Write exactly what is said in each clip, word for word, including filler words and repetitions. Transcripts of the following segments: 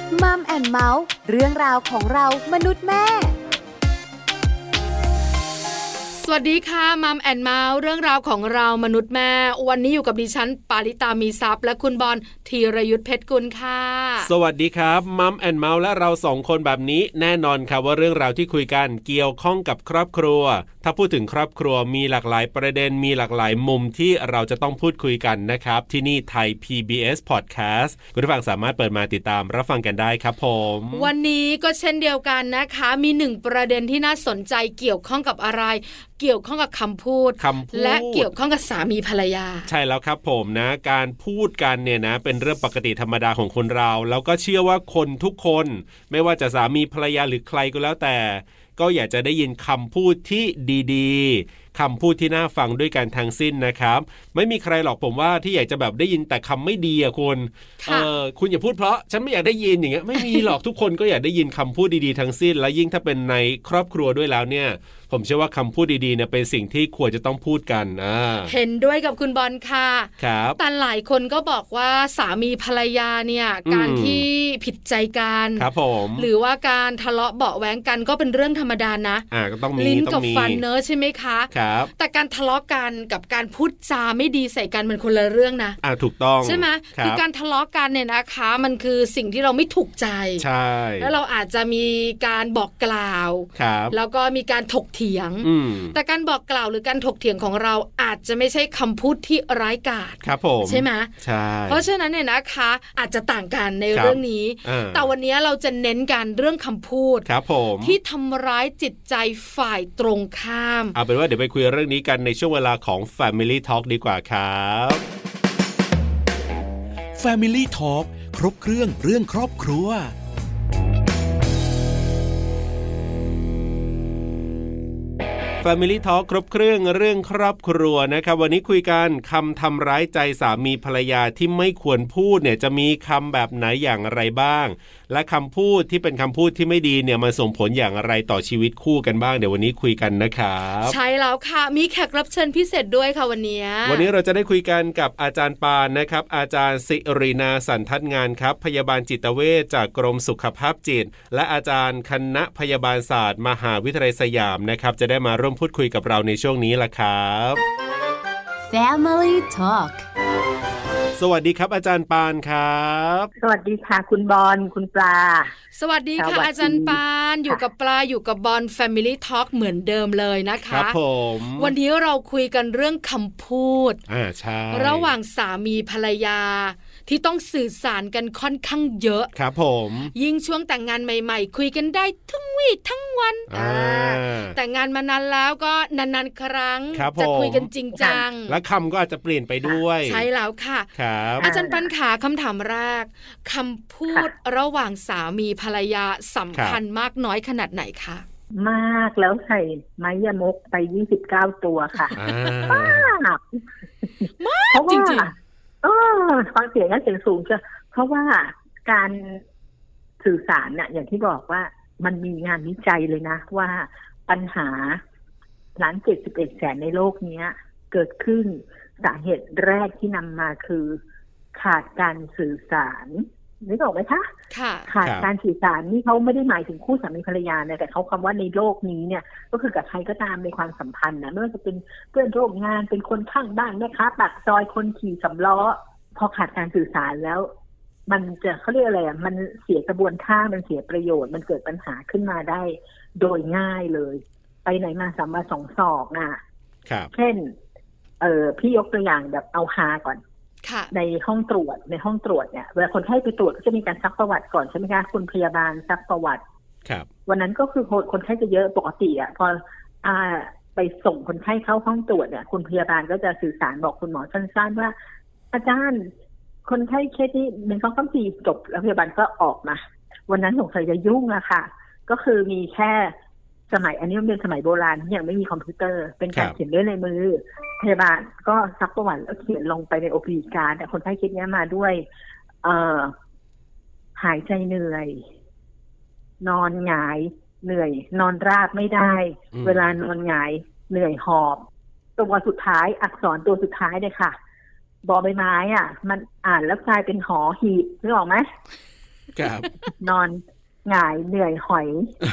มัมแอนด์เมาส์เรื่องราวของเรามนุษย์แม่สวัสดีค่ะมัมแอนด์เมาส์เรื่องราวของเรามนุษย์แม่วันนี้อยู่กับดิฉันปาริตามีซัพย์และคุณบอลธีรยุทธเพชรกุลค่ะสวัสดีครับมัมแอนด์เมาส์และเราสองคนแบบนี้แน่นอนครับว่าเรื่องราวที่คุยกันเกี่ยวข้องกับครอบครัวถ้าพูดถึงครอบครัวมีหลากหลายประเด็นมีหลากหลายมุมที่เราจะต้องพูดคุยกันนะครับที่นี่ไทย พี บี เอส Podcast คุณผู้ฟังสามารถเปิดมาติดตามรับฟังกันได้ครับผมวันนี้ก็เช่นเดียวกันนะคะมีหนึ่งประเด็นที่น่าสนใจเกี่ยวข้องกับอะไรเกี่ยวข้องกับคำพูดและเกี่ยวข้องกับสามีภรรยาใช่แล้วครับผมนะการพูดกันเนี่ยนะเป็นเรื่องปกติธรรมดาของคนเราแล้วก็เชื่อว่าคนทุกคนไม่ว่าจะสามีภรรยาหรือใครก็แล้วแต่ก็อยากจะได้ยินคำพูดที่ดีๆคำพูดที่น่าฟังด้วยกันทั้งสิ้นนะครับไม่มีใครหรอกผมว่าที่อยากจะแบบได้ยินแต่คำไม่ดีอะคุณเออคุณอย่าพูดเพราะฉันไม่อยากได้ยินอย่างเงี้ยไม่มีหรอกทุกคนก็อยากได้ยินคำพูดดีๆทั้งสิ้นและยิ่งถ้าเป็นในครอบครัวด้วยแล้วเนี่ยผมเชื่อว่าคำพูดดีๆเนี่ยเป็นสิ่งที่ควรจะต้องพูดกันอ่าเห็นด้วยกับคุณบอลค่ะครับแต่หลายคนก็บอกว่าสามีภรรยาเนี่ยการที่ผิดใจกันครับผมหรือว่าการทะเลาะเบาะแว้งกันก็เป็นเรื่องธรรมดานะอ่าก็ต้องมีลิ้นกับฟันเนอะใช่ไหมคะครับแต่การทะเลาะกันกับการพูดจาไม่ดีใส่กันมันคนละเรื่องนะอ่าถูกต้องใช่ไหมคือการทะเลาะกันเนี่ยนะคะมันคือสิ่งที่เราไม่ถูกใจใช่แล้วเราอาจจะมีการบอกกล่าวแล้วก็มีการถกเถียงแต่การบอกกล่าวหรือการถกเถียงของเราอาจจะไม่ใช่คำพูดที่ร้ายกาจครับผมใช่ไหมใช่เพราะฉะนั้นเนี่ยนะคะอาจจะต่างกันในเรื่องนี้แต่วันนี้เราจะเน้นกันเรื่องคำพูดครับผมที่ทำร้ายจิตใจฝ่ายตรงข้ามเอาเป็นว่าเดี๋ยวไปคุยเรื่องนี้กันในช่วงเวลาของ Family Talk ดีกว่าครับ Family Talk ครบเครื่องเรื่องครอบครัว Family Talk ครบเครื่องเรื่องครอบครัวนะครับวันนี้คุยกันคำทำร้ายใจสามีภรรยาที่ไม่ควรพูดเนี่ยจะมีคำแบบไหนอย่างไรบ้างและคำพูดที่เป็นคำพูดที่ไม่ดีเนี่ยมันส่งผลอย่างไรต่อชีวิตคู่กันบ้างเดี๋ยววันนี้คุยกันนะครับใช่แล้วค่ะมีแขกรับเชิญพิเศษด้วยค่ะวันนี้วันนี้เราจะได้คุยกันกับอาจารย์ปานนะครับอาจารย์ศิรินาสันทัดงานครับพยาบาลจิตเวชจากกรมสุขภาพจิตและอาจารย์คณะพยาบาลศาสตร์มหาวิทยาลัยสยามนะครับจะได้มาร่วมพูดคุยกับเราในช่วงนี้ล่ะครับ Family Talk สวัสดีครับอาจารย์ปานครับสวัสดีค่ะคุณบอลคุณปลาสวัสดีค่ะอาจารย์ปานอยู่กับปลาอยู่กับบอล Family Talk เหมือนเดิมเลยนะคะครับผมวันนี้เราคุยกันเรื่องคำพูดอ่าใช่ระหว่างสามีภรรยาที่ต้องสื่อสารกันค่อนข้างเยอะครับผมยิ่งช่วงแต่งงานใหม่ๆคุยกันได้ทั้งวี่ทั้งวันอ่าแต่งงานมานานแล้วก็นานๆครั้งจะคุยกันจริงจังและคำก็อาจจะเปลี่ยนไปด้วยใช่แล้วค่ะครับอาจารย์ปัญขาคำถามแรกคำพูดระหว่างสามีภรรยาสำคัญมากน้อยขนาดไหนคะมากแล้วใส่ไม้ยมกไปยี่สิบเก้าตัวค่ะมากมากจริงๆเออฟังเสียงนั้นเสียงสูงจะเพราะว่าการสื่อสารเนี่ยอย่างที่บอกว่ามันมีงานวิจัยเลยนะว่าปัญหาล้านเจ็ดสิบเอ็ดแสนในโลกนี้เกิดขึ้นสาเหตุแรกที่นำมาคือขาดการสื่อสารนึกออกไหมคะขาดการสื่อสารนี่เขาไม่ได้หมายถึงคู่สามีภรรยานะแต่เขาคำว่าในโลกนี้เนี่ยก็คือกับใครก็ตามในความสัมพันธ์นะไม่ว่าจะเป็นเพื่อนร่วมงานเป็นคนข้างบ้านแม่ค้าปากซอยคนขี่สำล้อพอขาดการสื่อสารแล้วมันจะเขาเรียกอะไรอ่ะมันเสียกระบวนท่ามันเสียประโยชน์มันเกิดปัญหาขึ้นมาได้โดยง่ายเลยไปไหนมาสามมาสองศอกอ่ะเช่นเออพี่ยกตัวอย่างแบบเอาฮาก่อนในห้องตรวจในห้องตรวจเนี่ยเวลาคนไข้ไปตรวจก็จะมีการซักประวัติก่อนใช่ไหมคะคุณพยาบาลซักประวัติวันนั้นก็คือคนไข้จะเยอะปกติอ่ะพออ่าไปส่งคนไข้เข้าห้องตรวจเนี่ยคุณพยาบาลก็จะสื่อสารบอกคุณหมอสั้นๆว่าอาจารย์คนไข้เคสนี้หนึ่งสองสามสี่จบแล้วพยาบาลก็ออกมาวันนั้นสงสัยจะยุ่งอะค่ะก็คือมีแค่สมัยอันนี้มันเป็นสมัยโบราณยังไม่มีคอมพิวเตอร์เป็นการเขียนด้วยลายมือพยาบาลก็ซักประวัติแล้วเขียนลงไปใน โอ พี ดี การ์ดแต่คนไข้เคสนี้มาด้วยเอ่อหายใจเหนื่อยนอนหงายเหนื่อยนอนราบไม่ได้เวลานอนหงายเหนื่อยหอบตัวสุดท้ายอักษรตัวสุดท้ายเลยค่ะบอใบไม้อ่ะมันอ่านแล้วกลายเป็นหอหีบนึกออกไหมครับนอนหงายเหนื่อยหอย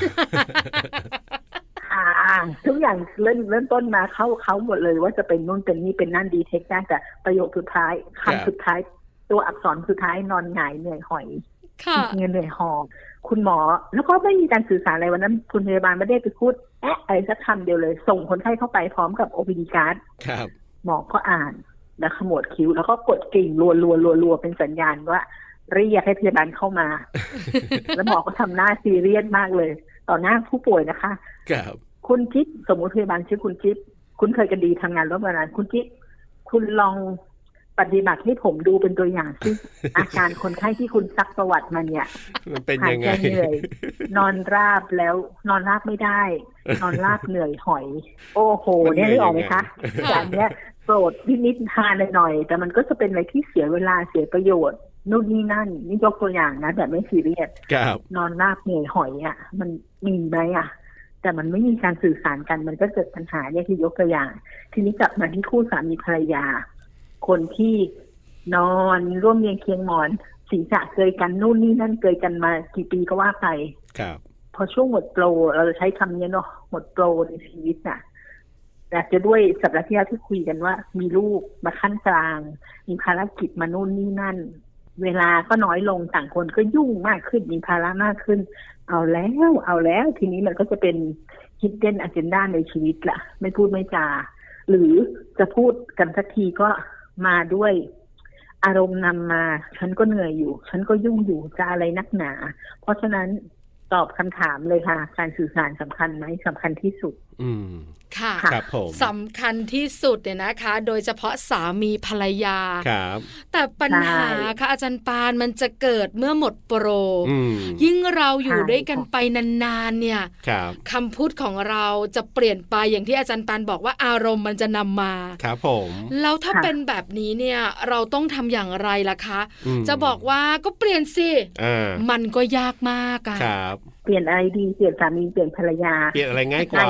ทุกอย่างเริ่มเริ่มต้นมาเข้าเขาหมดเลยว่าจะเป็นนู่นเป็นนี่เป็นนั่นดีเทคได้แต่ประโยคสุดท้ายคำสุดท้ายตัวอักษรสุดท้ายนอนหงายเหนื่อยหอยเงินเหนื่อยหอบคุณหมอแล้วก็ไม่มีการสื่อสารอะไรวันนั้นคุณพยาบาลไม่ได้ไปพูดแอะอะไรสักคำเดียวเลยส่งคนไข้เข้าไปพร้อมกับ โอ พี ดี card หมอก็อ่านแล้วขมวดคิ้วแล้วก็กดกิ่งรัวรัวรัวรัวเป็นสัญญาณว่าเรียกให้พยาบาลเข้ามาแล้วหมอก็ทำหน้าซีเรียสมากเลยต่อหน้าผู้ป่วยนะคะครับคุณจิ๊บสมมติพยาบาลชื่อคุณจิ๊บคุณเคยกันดีทำงานร่วมกันนานคุณจิ๊บคุณลองปฏิบัติให้ผมดูเป็นตัวอย่างที่ อาการคนไข้ที่คุณซักประวัติมาเนี่ยมันเป็นยังไงเหนื่อยนอนราบแล้วนอนราบไม่ได้นอนราบเหนื่อยหอยโอ้โหเนี่ยได้ออกไหมคะอย่างเนี้ยโปรดนิดนิดทานหน่อยแต่มันก็จะเป็นอะไรที่เสียเวลาเสียประโยชน์นู่นนี่นั่นนี่ยกตัวอย่างนะแบบไม่ซีเรียสนอนราบเหนื่อยหอยอ่ะมันมีไหมอ่ะแต่มันไม่มีการสื่อสารกันมันก็เกิดปัญหาเนี่ยที่ยกตัวอย่างทีนี้กลับมาที่คู่สามีภรรยาคนที่นอนร่วมเรียงเคียงหมอนศีรษะเกยกันนู่นนี่นั่นเกยกันมากี่ปีก็ว่าไปครับพอช่วงหมดโปรเราจะใช้คำนี้เนาะหมดโปรในชีวิตน่ะแต่จะด้วยสัปดาห์ที่แล้วที่คุยกันว่ามีลูกมาขั้นกลางมีภารกิจมานู่นนี่นั่นเวลาก็น้อยลงต่างคนก็ยุ่งมากขึ้นมีภาระมากขึ้นเอาแล้วเอาแล้วทีนี้มันก็จะเป็น hidden agenda ในชีวิตละไม่พูดไม่จาหรือจะพูดกันสักทีก็มาด้วยอารมณ์นำมาฉันก็เหนื่อยอยู่ฉันก็ยุ่งอยู่จะอะไรนักหนาเพราะฉะนั้นตอบคำถามเลยค่ะการสื่อสารสำคัญไหมสำคัญที่สุดอืมค่ะครับผมสำคัญที่สุดเนี่ยนะคะโดยเฉพาะสามีภรรยาครับแต่ปัญหาค่ะอาจารย์ปานมันจะเกิดเมื่อหมดโปรยิ่งเราอยู่ด้วยกันไปนานๆเนี่ยคำพูดของเราจะเปลี่ยนไปอย่างที่อาจารย์ปานบอกว่าอารมณ์มันจะนำมาครับผมแล้วถ้าเป็นแบบนี้เนี่ยเราต้องทำอย่างไรล่ะคะจะบอกว่าก็เปลี่ยนสิมันก็ยากมากอะครับเปลี่ยนอะไรดีเปลี่ยนสามีเปลี่ยนภรรยาเปลี่ยนอะไรง่ายกว่า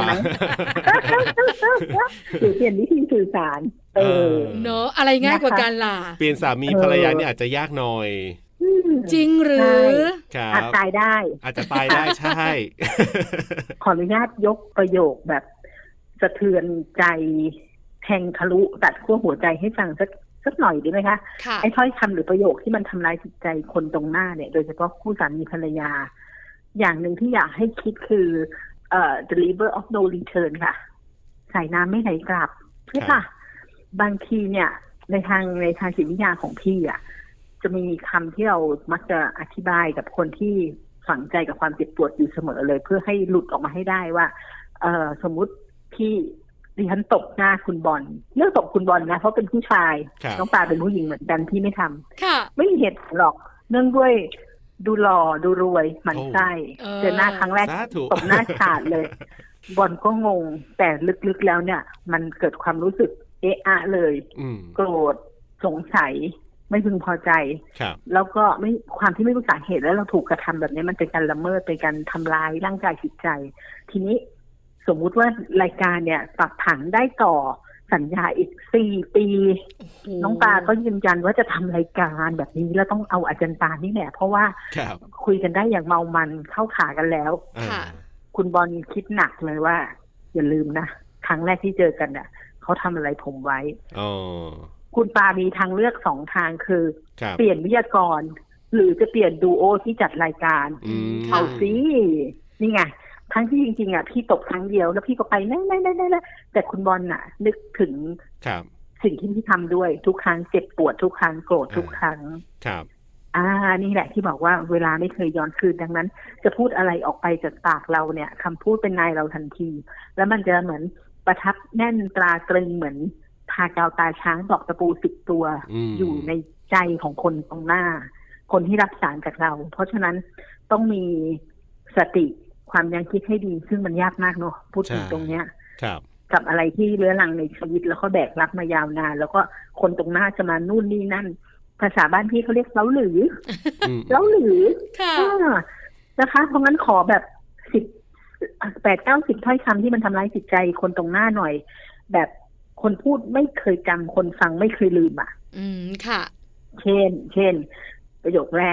หรือเปลี่ยนวิธีสื่อสารเออเนอะอะไรง่ายกว่ากันล่ะเปลี่ยนสามีภรรยานี่อาจจะยากหน่อยจริงหรืออาจตายได้อาจจะตายได้ใช่ขออนุญาตยกประโยคแบบสะเทือนใจแทงทะลุตัดขั้วหัวใจให้ฟังสักสักหน่อยดีไหมคะไอ้ถ้อยคำหรือประโยคที่มันทำลายจิตใจคนตรงหน้าเนี่ยโดยเฉพาะคู่สามีภรรยาอย่างหนึ่งที่อยากให้คิดคือเอ่อ the river of no return ค่ะสายน้ำไม่ไหลกลับใช่ป่ะบางทีเนี่ยในทางในทางจิตวิทยาของพี่อ่ะจะมีคำที่เรามักจะอธิบายกับคนที่ฝังใจกับความเจ็บปวดอยู่เสมอเลยเพื่อให้หลุดออกมาให้ได้ว่าเอ่อสมมุติพี่ดิฉันตบหน้าคุณบอลเรื่องตบคุณบอลนะเพราะเป็นผู้ชายน้องปาเป็นผู้หญิงเหมือนกันที่ไม่ทำไม่มีเหตุผลหรอกเนื่องด้วยดูหล่อดูรวยหมั่นไส้เจอหน้าครั้งแรกตบหน้าขาดเลยบอลก็งงแต่ลึกๆแล้วเนี่ยมันเกิดความรู้สึกเอะอะเลยโกรธสงสัยไม่พึงพอใจแล้วก็ไม่ความที่ไม่รู้สาเหตุแล้วเราถูกกระทำแบบนี้มันเป็นการละเมิดเป็นการทำลายร่างกายจิตใจทีนี้สมมุติว่ารายการเนี่ยปรับผังได้ต่อสัญญาอีกสี่ปีน้องปาก็ยืนยันว่าจะทำรายการแบบนี้แล้วต้องเอาอาจารย์ปานี่แหละเพราะว่าคุยกันได้อย่างเมามันเข้าขากันแล้วคุณบอลคิดหนักเลยว่าอย่าลืมนะครั้งแรกที่เจอกันน่ะเขาทำอะไรผมไว้คุณปามีทางเลือกสองทางคือเปลี่ยนวิทยากรหรือจะเปลี่ยนดูโอที่จัดรายการเอาสินี่ไงทั้งที่จริงๆอ่ะพี่ตกครั้งเดียวแล้วพี่ก็ไปได้ได้ได้ได้แต่คุณบอลน่ะนึกถึงสิ่งที่พี่ทำด้วยทุกครั้งเจ็บปวดทุกครั้งโกรธทุกครั้งครับอ่านี่แหละที่บอกว่าเวลาไม่เคยย้อนคืนดังนั้นจะพูดอะไรออกไปจากปากเราเนี่ยคำพูดเป็นนายเราทันทีแล้วมันจะเหมือนประทับแน่นตราตรึงเหมือนทากาวตาช้างดอกตะปูสิบตัวอยู่ในใจของคนตรงหน้าคนที่รับสารจากเราเพราะฉะนั้นต้องมีสติความยังคิดให้ดีซึ่งมันยากมากเนอะพูดถึงตรงเนี้ยกับอะไรที่เรื้อรังในชีวิตแล้วก็แบกรับมายาวนานแล้วก็คนตรงหน้าจะมานู่นนี่นั่นภาษาบ้านพี่เขาเรียกเล้าหรือเล้าหรือนะคะเพราะงั้นขอแบบสิบแปดเก้าสิบถ้อยคำที่มันทำร้ายจิตใจคนตรงหน้าหน่อยแบบคนพูดไม่เคยจำคนฟังไม่เคยลืมอ่ะอืมค่ะเช่นเช่นประโยคแรก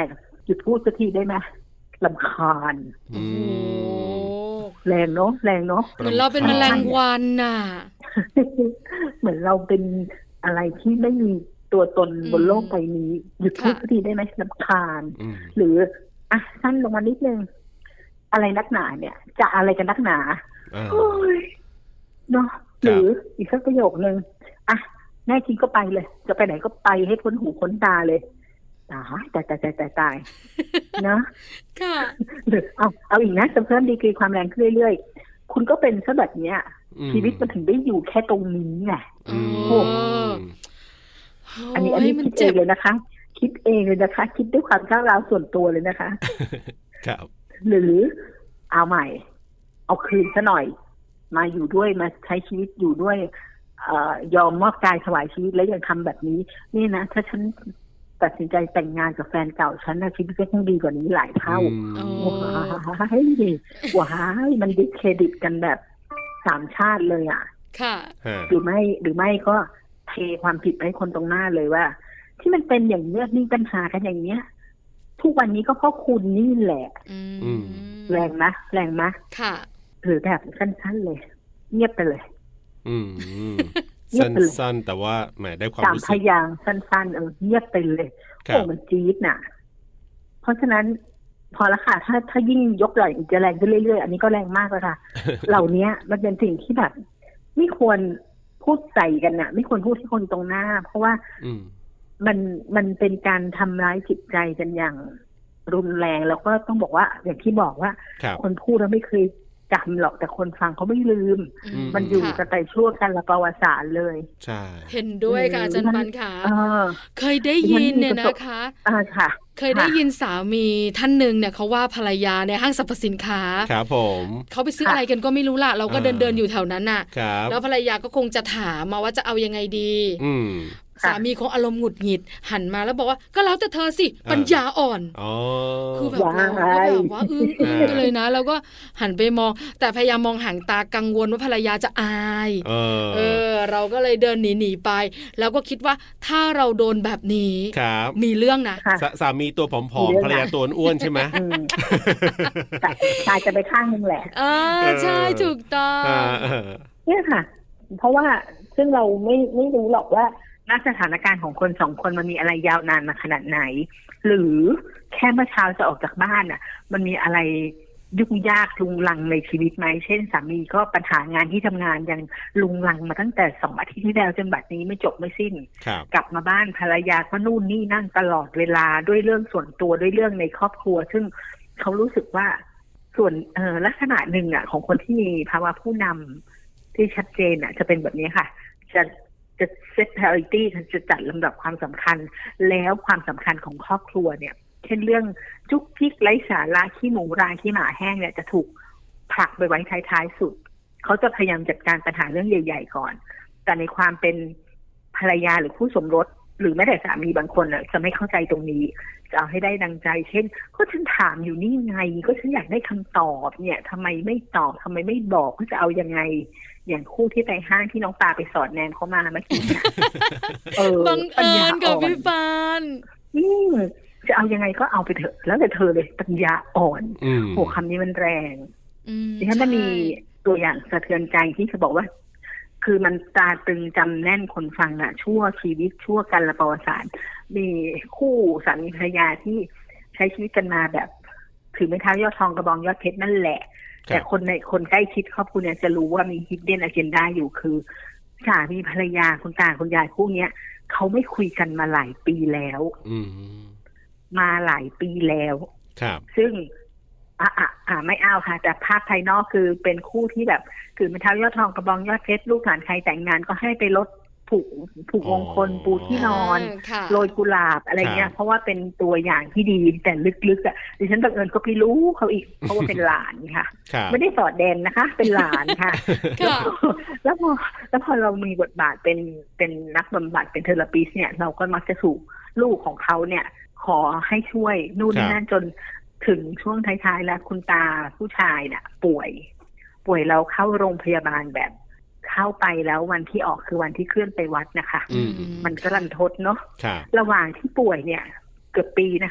ยุดพูดสักทีได้ไหมรำคาญโอ้แรงเนาะแรงเนาะเหมือนเราเป็นแมลงวันน่ะเหมือนเราเป็นอะไรที่ไม่มีตัวตนบนโลกใบนี้หยุดพูดสักทีได้ไหมรำคาญหรืออ่ะสั้นลงมานิดนึงอะไรนักหนาเนี่ยจะอะไรกันนักหนาโอ้ยเนาะหรืออีกสักประโยคนึงอ่ะแน่จริงก็ไปเลยจะไปไหนก็ไปให้พ้นหูพ้นตาเลยตายตายตายตายตายตายเนาะค่ะหรือเอาเอาอีกนะจะเพิ่มดีกรีความแรงขึ้นเรื่อยๆคุณก็เป็นซะแบบเนี้ยชีวิตมันถึงได้อยู่แค่ตรงนี้ไงโอ้อันนี้อันนี้คิดเองเลยนะคะคิดเองเลยนะคะคิดด้วยความก้าวร้าวส่วนตัวเลยนะคะครับหรือเอาใหม่เอาคืนซะหน่อยมาอยู่ด้วยมาใช้ชีวิตอยู่ด้วยเอ่อยอมมอบกายถวายชีวิตแล้วยังทำแบบนี้นี่นะถ้าฉันตัดสินใจแต่งงานกับแฟนเก่าฉันนะชีวิตก็คงดีกว่านี้หลายเท่าว้ายว้ายมันดิสเครดิตกันแบบสามชาติเลยอ่ะค่ะหรือไม่หรือไม่ก็เทความผิดไปให้คนตรงหน้าเลยว่าที่มันเป็นอย่างนี้มีปัญหากันอย่างเนี้ยทุกวันนี้ก็เพราะคุณนี่แหละแรงนะแรงนะค่ะหรือแบบสั้นๆเลยเงียบไปเลยอืมสั้นๆแต่ว่าแหมได้ความรู้สึกสามพยางค์สั้นๆเออเงียบไปเลยโอ้มันจี๊ดน่ะเพราะฉะนั้นพอละค่ะถ้าถ้ายิ่งยกหน่อยจะแรงขึ้นเรื่อยๆอันนี้ก็แรงมากแล้วค่ะ เหล่านี้มันเป็นสิ่งที่แบบไม่ควรพูดใส่กันน่ะไม่ควรพูดที่คนตรงหน้าเพราะว่ามันมันเป็นการทำร้ายจิตใจกันอย่างรุนแรงแล้วก็ต้องบอกว่าอย่างที่บอกว่าคนพูดแล้วไม่เคยจำหรอกแต่คนฟังเขาไม่ลืมมันอยู่กันไปชั่วกันละประวัติศาสตร์เลยใช่เห็นด้วยค่ะอาจารย์ปันค่ะเคยได้ยินเนี่ยนะคะอ่าค่ะเคยได้ยินสามีท่านหนึ่งเนี่ยเขาว่าภรรยาในห้างสรรพสินค้าครับผมเขาไปซื้ออะไรกันก็ไม่รู้ล่ะเราก็เดินเดินอยู่แถวนั้นน่ะแล้วภรรยาก็คงจะถามมาว่าจะเอายังไงดีสามีคงอารมณ์หงุดหงิดหันมาแล้วบอกว่าก็แล้วแต่เธอสิปัญญาอ่อนคือแบบเราก็แบบว่าอึ้งอึ้งไปเลยนะแล้วก็หันไปมองแต่พยายามมองห่างตากังวลว่าภรรยาจะอายเออเราก็เลยเดินหนีหนีไปแล้วก็คิดว่าถ้าเราโดนแบบนี้มีเรื่องนะสามีตัวผอมๆภรรยาตัวอ้วนใช่ไหมตายจะไปข้างนึงแหละอ่าใช่ถูกต้องเนี่ยค่ะเพราะว่าซึ่งเราไม่ไม่รู้หรอกว่าณสถานการณ์ของคนสองคนมันมีอะไรยาวนานมาขนาดไหนหรือแค่เมื่อเช้าจะออกจากบ้านน่ะมันมีอะไรยุ่งยากลุงลังในชีวิตไหมเช่นสามีก็ปัญหางานที่ทำงานยังลุงลังมาตั้งแต่สองอาทิตย์ที่แล้วจนบัดนี้ไม่จบไม่สิ้นกลับมาบ้านภรรยาก็นู่นนี่นั่นตลอดเวลาด้วยเรื่องส่วนตัวด้วยเรื่องในครอบครัวซึ่งเขารู้สึกว่าส่วนเอ่อลักษณะหนึ่งอ่ะของคนที่มีภาวะผู้นำที่ชัดเจนอ่ะจะเป็นแบบนี้ค่ะจะจะ set priority จะจัดลำดับความสำคัญแล้วความสำคัญของครอบครัวเนี่ยเช่นเรื่องจุกจิกไร้สาระขี้หมูราขี้หมาแห้งเนี่ยจะถูกผลักไปไว้ท้ายๆสุดเขาจะพยายามจัดการปัญหาเรื่องใหญ่ๆก่อนแต่ในความเป็นภรรยาหรือคู่สมรสหรือแม้แต่สามีบางคนอ่ะจะไม่เข้าใจตรงนี้จะเอาให้ได้ดังใจเช่นก็ฉันถามอยู่นี่ไงก็ฉันอยากได้คำตอบเนี่ยทำไมไม่ตอบทำไมไม่บอกก็จะเอายังไงอย่างคู่ที่ไปห้างที่น้องปาไปสอนแนนเขามาเมื่อกี้เนี่ยบังเอิญกับพี่ปานจะเอายังไงก็เอาไปเถอะแล้วแต่เธอเลยปัญญาอ่อนโหคำนี้มันแรงดิฉันมันมีตัวอย่างสะเทือนใจที่เขาบอกว่าคือมันตาตึงจำแน่นคนฟังอะชั่วชีวิตชั่วกันละประวัติศาสตร์มีคู่สามีภรรยาที่ใช้ชีวิตกันมาแบบถือไม้เท้ายอดทองกระบองยอดเพชรนั่นแหละแต่คนในคนใกล้ชิดครอบครัวเนี่ยจะรู้ว่ามี hidden agenda อยู่คือสามีภรรยาคุณตาคุณยายคู่เนี้ยเขาไม่คุยกันมาหลายปีแล้วมาหลายปีแล้วซึ่งอ่ะอ่ะอ่ะไม่เอาค่ะแต่ภาพภายนอกคือเป็นคู่ที่แบบถือไม้เท้ายอดทองกระบองยอดเพชรลูกหลานใครแต่งงานก็ให้ไปลดผูกผูกมงคลปูที่นอนโรยกุหลาบอะไรเงี้ยเพราะว่าเป็นตัวอย่างที่ดีแต่ลึกๆอ่ะดิฉันบังเอิญก็ไปรู้เขาอีกเพราะว่าเป็นหลานค่ะไม่ได้สอดแดนนะคะเป็นหลานค่ะแล้วพอแล้วพอเรามีบทบาทเป็นเป็นนักบำบัดเป็นเทอราปิสต์เนี่ยเราก็มักจะถูกลูกของเขาเนี่ยขอให้ช่วยนู่นนี่นั่นจนถึงช่วงท้ายๆแล้วคุณตาผู้ชายน่ะป่วยป่วยเราเข้าโรงพยาบาลแบบเข้าไปแล้ววันที่ออกคือวันที่เคลื่อนไปวัดนะคะมันก็รันทดเนาะระหว่างที่ป่วยเนี่ยเกือบปีนะคะ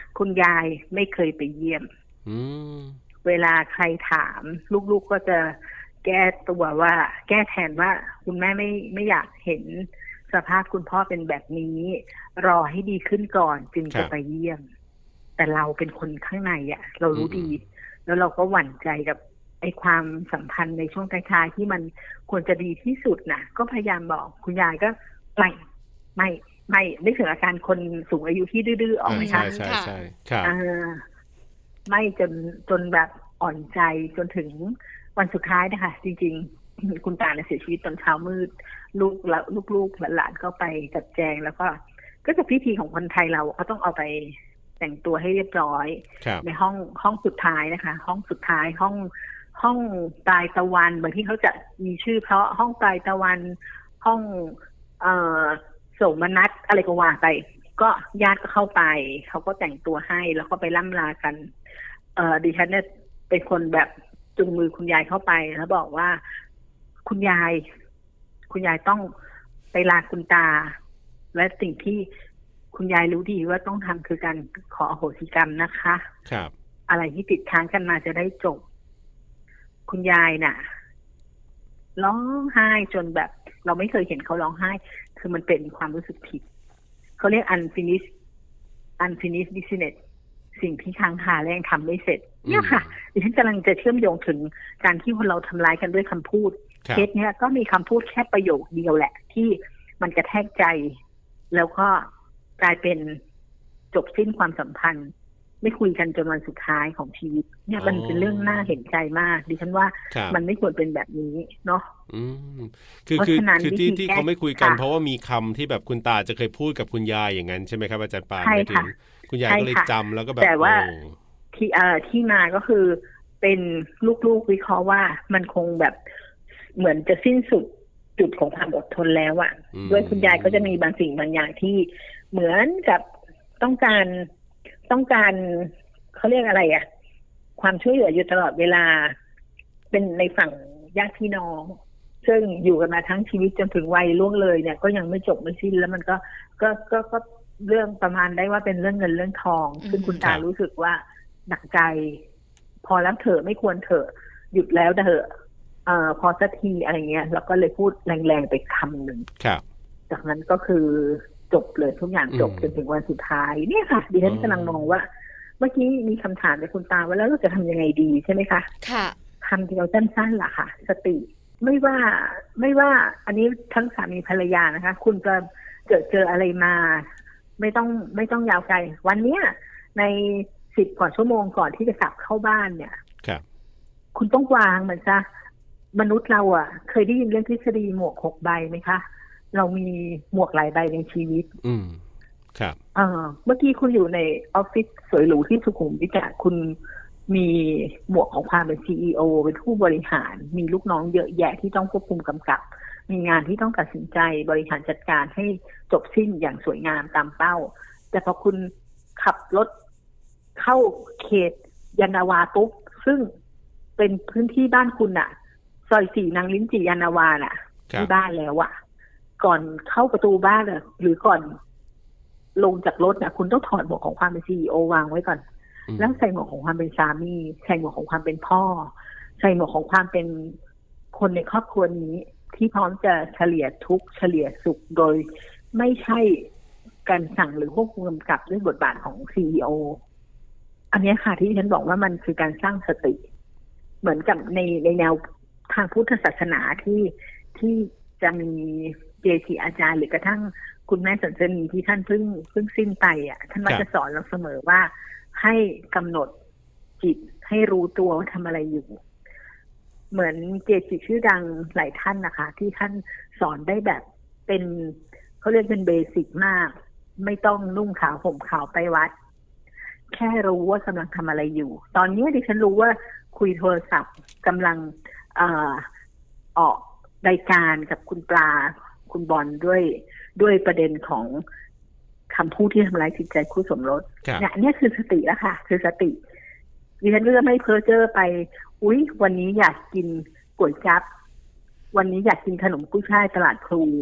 คุณยายไม่เคยไปเยี่ยม mm. เวลาใครถามลูกๆก็จะแก้ตัวว่าแก้แทนว่าคุณแม่ไม่ไม่อยากเห็นสภาพคุณพ่อเป็นแบบนี้รอให้ดีขึ้นก่อนจึงจะไปเยี่ยมแต่เราเป็นคนข้างในอ่ะเรารู้ดีแล้วเราก็หวั่นใจกับไอ้ความสัมพันธ์ในช่วงท้ายๆที่มันควรจะดีที่สุดนะก็พยายามบอกคุณยายก็ไม่ไม่ไม่ไม่ถึงอาการคนสูงอายุที่ดื้อๆออกไหมคะใช่ใช่ใช่ครับไม่จนจนแบบอ่อนใจจนถึงวันสุดท้ายนะคะจริงๆคุณตาเนี่ยเสียชีวิตตอนเช้ามืดลูกแล้วลูกๆหลานๆก็ไปจัดแจงแล้วก็ก็จะพิธีของคนไทยเราเขาต้องเอาไปแต่งตัวให้เรียบร้อยในห้องห้องสุดท้ายนะคะห้องสุดท้ายห้องห้องปลายตะวันบางที่เขาจะมีชื่อเพราะห้องปลายตะวันห้องเอ่อโสมนัสอะไรก็ว่าไปก็ญาติก็เข้าไปเขาก็แต่งตัวให้แล้วก็ไปล่ำลากันเอ่อดิฉันเนี่ยเป็นคนแบบจุงมือคุณยายเข้าไปแล้วบอกว่าคุณยายคุณยายต้องไปลาคุณตาและสิ่งที่คุณยายรู้ดีว่าต้องทำคือการขออโหสิกรรมนะคะครับอะไรที่ติดค้างกันมาจะได้จบคุณยายน่ะร้องไห้จนแบบเราไม่เคยเห็นเขาร้องไห้คือมันเป็นความรู้สึกผิดเขาเรียก unfinished unfinished business สิ่งที่ค้างคาและยังทำไม่เสร็จเนี่ยค่ะดิฉันกำลังจะเชื่อมโยงถึงการที่คนเราทำร้ายกันด้วยคำพูดเคสเนี้ยก็มีคำพูดแค่ประโยคเดียวแหละที่มันกระแทกใจแล้วก็กลายเป็นจบสิ้นความสัมพันธ์ไม่คุยกันจนวันสุดท้ายของชีวิตเนี่ยมันเป็นเรื่องน่าเห็นใจมากดิฉันว่ามันไม่ควรเป็นแบบนี้เนาะคือคือคือที่ที่เขาไม่คุยกันเพราะว่ามีคำที่แบบคุณตาจะเคยพูดกับคุณยายอย่างนั้นใช่ไหมครับอาจารย์ปานไม่ถึงคุณยายก็เลยจำแล้วก็แบบแต่ว่าที่เอ่อที่มาก็คือเป็นลูกๆวิเคราะห์ว่ามันคงแบบเหมือนจะสิ้นสุดจุดของความอดทนแล้วอะด้วยคุณยายก็จะมีบางสิ่งบางอย่างที่เหมือนกับต้องการต้องการเขาเรียกอะไรอะความช่วยเหลืออยู่ตลอดเวลาเป็นในฝั่งญาติพี่น้องซึ่งอยู่กันมาทั้งชีวิตจนถึงวัยล่วงเลยเนี่ยก็ยังไม่จบไม่สิ้นแล้วมันก็ก็ก็ก็เรื่องประมาณได้ว่าเป็นเรื่องเงินเรื่องทองซึ่งคุณตารู้สึกว่าหนักใจพอแล้วเถอะไม่ควรเถอะหยุดแล้วเถอะเอ่อพอสักทีอะไรเงี้ยแล้วก็เลยพูดแรงๆไปคำหนึ่งจากนั้นก็คือจบเลยทุกอย่างจบจนถึงวันสุดท้ายเนี่ยค่ะดิฉันกำลังมองว่าเมื่อกี้มีคำถามจากคุณตาว่าแล้วเราจะทำยังไงดีใช่ไหมคะค่ะคำเดียวสั้นๆล่ะค่ะสติไม่ว่าไม่ว่าอันนี้ทั้งสามีภรรยานะคะคุณจะเจอเจออะไรมาไม่ต้องไม่ต้องยาวไกลวันเนี้ยในสิบกว่าชั่วโมงก่อนที่จะกลับเข้าบ้านเนี่ยครับคุณต้องวางมันซะมนุษย์เราอ่ะเคยได้ยินเรื่องทฤษฎีหมวกหกใบไหมคะเรามีหมวกหลายใบในชีวิตอืมครับเออเมื่อกี้คุณอยู่ในออฟฟิศสวยหรูที่สุขุมวิทคุณมีหมวกของความเป็น ซี อี โอ เป็นผู้บริหารมีลูกน้องเยอะแยะที่ต้องควบคุมกำกับมีงานที่ต้องตัดสินใจบริหารจัดการให้จบสิ้นอย่างสวยงามตามเป้าแต่พอคุณขับรถเข้าเขตยานนาวาปุ๊บซึ่งเป็นพื้นที่บ้านคุณน่ะซอยสี่นางลิ้นจี่ยานนาวาน่ะที่บ้านแล้วอะก่อนเข้าประตูบ้านเลยหรือก่อนลงจากรถน่ะคุณต้องถอดหมวกของความเป็น ซี อี โอ วางไว้ก่อนแล้วใส่หมวกของความเป็นสามีใส่หมวกของความเป็นพ่อใส่หมวกของความเป็นคนในครอบครัวนี้ที่พร้อมจะเฉลี่ยทุกข์เฉลี่ยสุขโดยไม่ใช่การสั่งหรือควบคุมกำกับด้วยบทบาทของ ซี อี โอ อันนี้ค่ะที่ฉันบอกว่ามันคือการสร้างสติเหมือนกับในในแนวทางพุทธศาสนาที่ที่จะมีเจซีอาจารย์หรือกระทั่งคุณแม่สันสนีที่ท่านเพิ่งเพิ่งสิ้นไปอ่ะท่านมักจะสอนเราเสมอว่าให้กำหนดจิตให้รู้ตัวว่าทำอะไรอยู่เหมือนเจจิชื่อดังหลายท่านนะคะที่ท่านสอนได้แบบเป็นเขาเรียกเป็นเบสิกมากไม่ต้องนุ่งขาวห่มขาวไปวัดแค่รู้ว่ากำลังทำอะไรอยู่ตอนนี้ดิฉันรู้ว่าคุยโทรศัพท์กำลังเอ่อออกรายการกับคุณปลาคุณบอลด้วยด้วยประเด็นของคำพูดที่ทำร้ายจิตใจคู่สมรสเนี่ยนี่คือสติแล้วค่ะคือสติดิฉันก็จะไม่เพ้อเจ้อไปอุ๊ยวันนี้อยากกินก๋วยจั๊บวันนี้อยากกินขนมกุ้ยช่ายตลาดพลู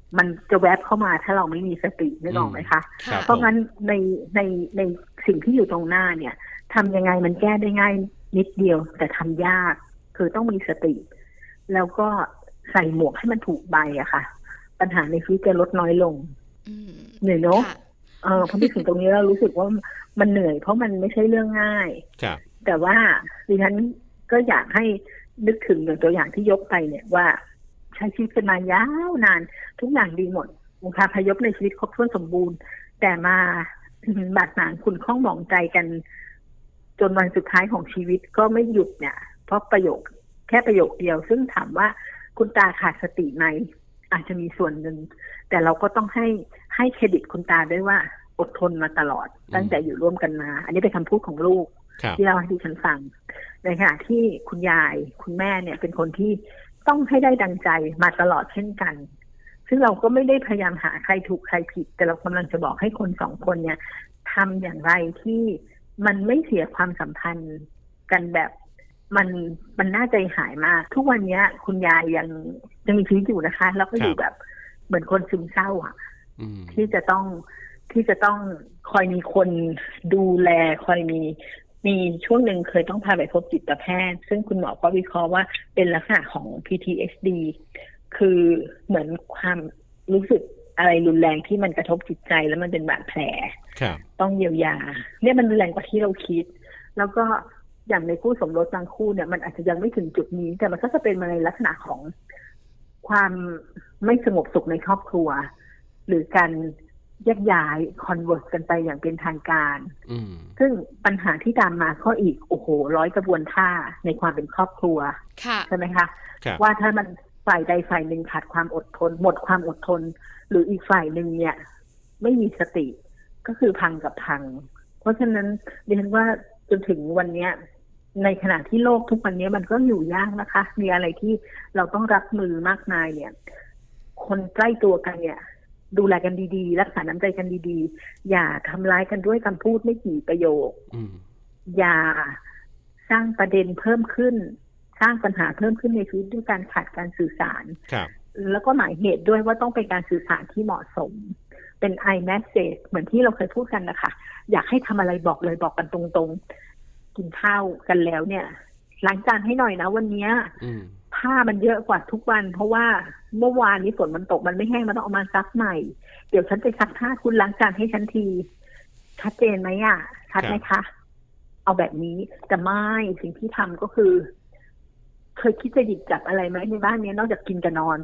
มันจะแวบเข้ามาถ้าเราไม่มีสตินึกออกไหมคะเพราะงั้นในในในสิ่งที่อยู่ตรงหน้าเนี่ยทำยังไงมันแก้ได้ง่ายนิดเดียวแต่ทำยากคือต้องมีสติแล้วก็ใส่หมวกให้มันถูกใบอะค่ะปัญหาในชีวิตจะลดน้อยลงเหนื่อยเนาะเออพอที่ถึงตรงนี้เรารู้สึกว่ามันเหนื่อยเพราะมันไม่ใช่เรื่องง่ายแต่ว่าดิฉันก็อยากให้นึกถึงอย่างตัวอย่างที่ยกไปเนี่ยว่าใช้ชีวิตกันมายาวนานทุกอย่างดีหมดองค์พยพในชีวิตครบถ้วนสมบูรณ์แต่มาบาดหมางขุ่นข้องหมองใจกันจนวันสุดท้ายของชีวิตก็ไม่หยุดเนี่ยเพราะประโยคแค่ประโยคเดียวซึ่งถามว่าคุณตาขาดสติไหมอาจจะมีส่วนหนึ่งแต่เราก็ต้องให้ให้เครดิตคุณตาด้วยว่าอดทนมาตลอดตั้งแต่อยู่ร่วมกันมาอันนี้เป็นคำพูดของลูกที่เราให้ดิฉันฟังในขณะที่คุณยายคุณแม่เนี่ยเป็นคนที่ต้องให้ได้ดังใจมาตลอดเช่นกันซึ่งเราก็ไม่ได้พยายามหาใครถูกใครผิดแต่เรากำลังจะบอกให้คนสองคนเนี่ยทำอย่างไรที่มันไม่เสียความสัมพันธ์กันแบบมันมันน่าใจหายมากทุกวันนี้คุณยายยังยังมีชีวิตอยู่นะคะแล้วก็อยู่แบบเหมือนคนซึมเศร้าอ่ะที่จะต้องที่จะต้องคอยมีคนดูแลคอยมีมีช่วงหนึ่งเคยต้องพาไปพบจิตแพทย์ซึ่งคุณหมอก็วิเคราะห์ว่าเป็นลักษณะของ พี ที เอส ดี คือเหมือนความรู้สึกอะไรรุนแรงที่มันกระทบจิตใจแล้วมันเป็นบาดแผลต้องเยียวยาเนี่ยมันรุนแรงกว่าที่เราคิดแล้วก็อย่างในคู่สมรสบางคู่เนี่ยมันอาจจะยังไม่ถึงจุดนี้แต่มันก็จะเป็นมาในลักษณะของความไม่สงบสุขในครอบครัวหรือการแยกย้ายคอนเวิร์สกันไปอย่างเป็นทางการซึ่งปัญหาที่ตามมาก็อีกโอ้โหร้อยกระบวนท่าในความเป็นครอบครัวใช่ไหมคะว่าถ้ามันฝ่ายใดฝ่ายหนึ่งขาดความอดทนหมดความอดทนหรืออีกฝ่ายหนึ่งเนี่ยไม่มีสติก็คือพังกับพังเพราะฉะนั้นดิฉันว่าจนถึงวันนี้ในขณะที่โลกทุกวันนี้มันก็อยู่ยากนะคะมีอะไรที่เราต้องรับมือมากมายเนี่ยคนใกล้ตัวกันเนี่ยดูแลกันดีๆรักษาน้ำใจกันดีๆอย่าทำร้ายกันด้วยคำพูดไม่กี่ประโยคอย่าสร้างประเด็นเพิ่มขึ้นสร้างปัญหาเพิ่มขึ้นในชีวิตด้วยการขาดการสื่อสารแล้วก็หมายเหตุด้วยว่าต้องเป็นการสื่อสารที่เหมาะสมเป็น I message เหมือนที่เราเคยพูดกันนะคะอยากให้ทำอะไรบอกเลยบอกกันตรงๆกินข้าวกันแล้วเนี่ยล้างจานให้หน่อยนะวันนี้ผ้ามันเยอะกว่าทุกวันเพราะว่าเมื่อวานนี้ฝนมันตกมันไม่แห้งมันต้องเอามาซักใหม่เดี๋ยวฉันไปซักผ้าคุณล้างจานให้ฉันทีชัดเจนไหมอ่ะชัดไหมคะเอาแบบนี้แต่ไม่สิ่งที่ทำก็คือเคยคิดจะหยิบจับอะไรไหมในบ้านนี้นอกจากกินกับนอน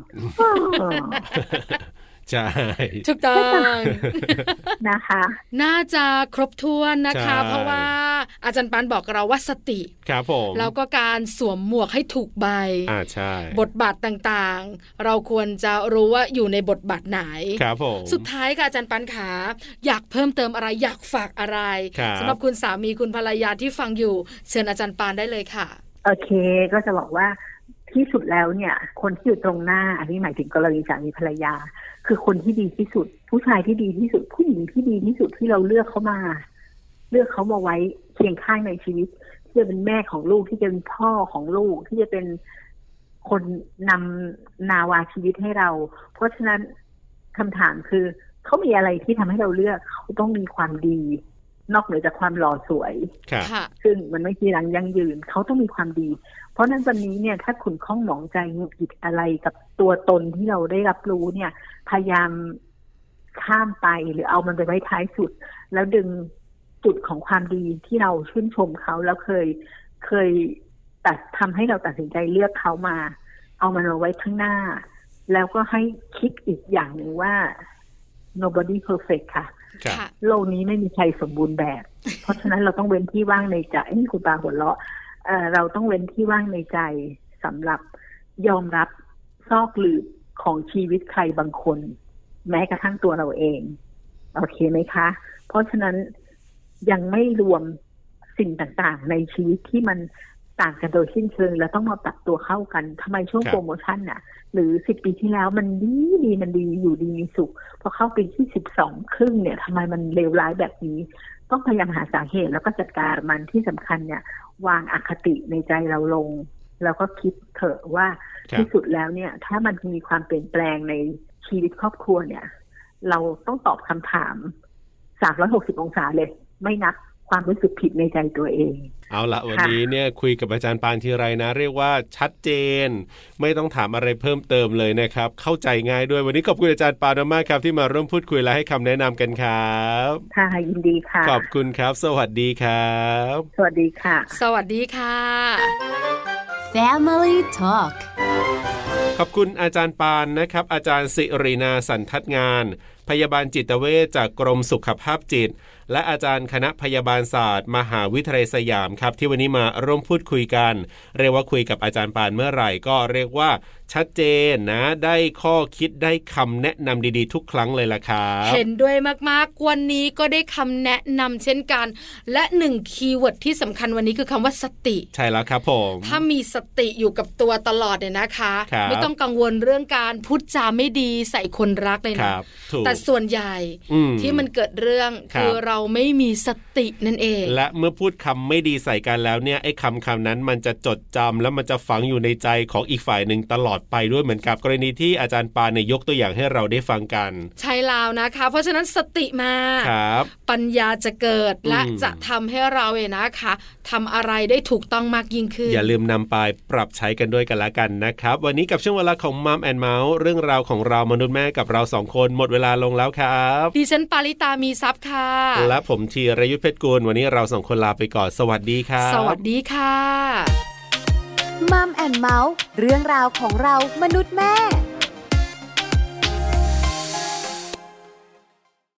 ใช่ถูกต้องนะคะน่าจะครบถ้วนนะคะเพราะว่าอาจารย์ปานบอกเราว่าสติครับผมแล้วก็การสวมหมวกให้ถูกใบอ่าใช่บทบาทต่างๆเราควรจะรู้ว่าอยู่ในบทบาทไหนครับผมสุดท้ายค่ะอาจารย์ปานขาอยากเพิ่มเติมอะไรอยากฝากอะไรสำหรับคุณสามีคุณภรรยาที่ฟังอยู่เชิญอาจารย์ปานได้เลยค่ะโอเคก็จะบอกว่าที่สุดแล้วเนี่ยคนที่อยู่ตรงหน้าอันนี้หมายถึงกรณีสามีภรรยาคือคนที่ดีที่สุดผู้ชายที่ดีที่สุดผู้หญิงที่ดีที่สุดที่เราเลือกเขามาเลือกเขามาไว้เคียงข้างในชีวิตที่จะเป็นแม่ของลูกที่จะเป็นพ่อของลูกที่จะเป็นคนนำนาวาชีวิตให้เราเพราะฉะนั้นคำถามคือเขามีอะไรที่ทำให้เราเลือกเขาต้องมีความดีนอกเหนือจากความหล่อสวยซึ่งมันไม่มีรังยั่งยืนเขาต้องมีความดีเพราะนั้นวันนี้เนี่ยถ้าขุ่นข้องหมองใจหงุดหงิดอะไรกับตัวตนที่เราได้รับรู้เนี่ยพยายามข้ามไปหรือเอามันไปไว้ท้ายสุดแล้วดึงจุดของความดีที่เราชื่นชมเขาแล้วเคยเคยตัดทำให้เราตัดสินใจเลือกเขามาเอามันเอาไว้ข้างหน้าแล้วก็ให้คิดอีกอย่างหนึ่งว่า nobody perfect ค่ะโลกนี้ไม่มีใครสมบูรณ์แบบเพราะฉะนั้นเราต้องเว้นที่ว่างในใจนี่คุณปาหัวเราะเอ่อเราต้องเว้นที่ว่างในใจสำหรับยอมรับซอกหลืบของชีวิตใครบางคนแม้กระทั่งตัวเราเองโอเคไหมคะเพราะฉะนั้นยังไม่รวมสิ่งต่างๆในชีวิตที่มันต่างกันโดยสิ้นเชิงแล้วต้องมาปรับตัวเข้ากันทำไมช่วงโปรโมชั่นน่ะหรือสิบปีที่แล้วมันดีดีมันดีอยู่ดีมีสุขพอเข้าปีที่สิบสองครึ่งเนี่ยทำไมมันเลวร้ายแบบนี้ต้องพยายามหาสาเหตุแล้วก็จัดการมันที่สำคัญเนี่ยวางอคติในใจเราลงแล้วก็คิดเถอะว่าที่สุดแล้วเนี่ยถ้ามันมีความเปลี่ยนแปลงในชีวิตครอบครัวเนี่ยเราต้องตอบคำถามสามร้อยหกสิบองศาเลยไม่นับความรู้สึกผิดในใจตัวเองเอาละวันนี้เนี่ยคุยกับอาจารย์ปานทีไรนะเรียกว่าชัดเจนไม่ต้องถามอะไรเพิ่มเติมเลยนะครับเข้าใจง่ายด้วยวันนี้ขอบคุณอาจารย์ปานมากครับที่มาร่วมพูดคุยและให้คำแนะนำกันครับค่ะยินดีค่ะขอบคุณครับสวัสดีครับสวัสดีค่ะสวัสดีค่ะ Family Talk ขอบคุณอาจารย์ปานนะครับอาจารย์สิรินาสันทัดงานพยาบาลจิตเวชจากกรมสุขภาพจิตและอาจารย์คณะพยาบาลศาสตร์มหาวิทยาลัยสยามครับที่วันนี้มาร่วมพูดคุยกันเรียกว่าคุยกับอาจารย์ปานเมื่อไหร่ก็เรียกว่าชัดเจนนะได้ข้อคิดได้คำแนะนำดีๆทุกครั้งเลยล่ะครับเห็นด้วยมากๆวันนี้ก็ได้คำแนะนำเช่นกันและหนึ่งคีย์เวิร์ดที่สำคัญวันนี้คือคำว่าสติใช่แล้วครับผมถ้ามีสติอยู่กับตัวตลอดเนี่ยนะคะไม่ต้องกังวลเรื่องการพูดจาไม่ดีใส่คนรักเลยนะแต่ส่วนใหญ่ที่มันเกิดเรื่องคือเราไม่มีสตินั่นเองและเมื่อพูดคำไม่ดีใส่กันแล้วเนี่ยไอ้คำคำนั้นมันจะจดจำแล้วมันจะฝังอยู่ในใจของอีกฝ่ายหนึ่งตลอดไปด้วยเหมือนกับกรณีที่อาจารย์ปานยกตัวอย่างให้เราได้ฟังกันใช่แล้วนะคะเพราะฉะนั้นสติมาครับปัญญาจะเกิดและจะทำให้เราเองนะคะทำอะไรได้ถูกต้องมากยิ่งขึ้นอย่าลืมนำไปปรับใช้กันด้วยกันละกันนะครับวันนี้กับช่วงเวลาของมัมแอนด์เมาส์เรื่องราวของเรามนุษย์แม่กับเราสองคนหมดเวลาลงแล้วครับดิฉันปาริตามีทรัพย์ค่ะและผมธีรยุทธเพชรกุลวันนี้เราสองคนลาไปก่อนสวัสดีครับสวัสดีค่ะมัมแอนด์เมาส์เรื่องราวของเรามนุษย์แม่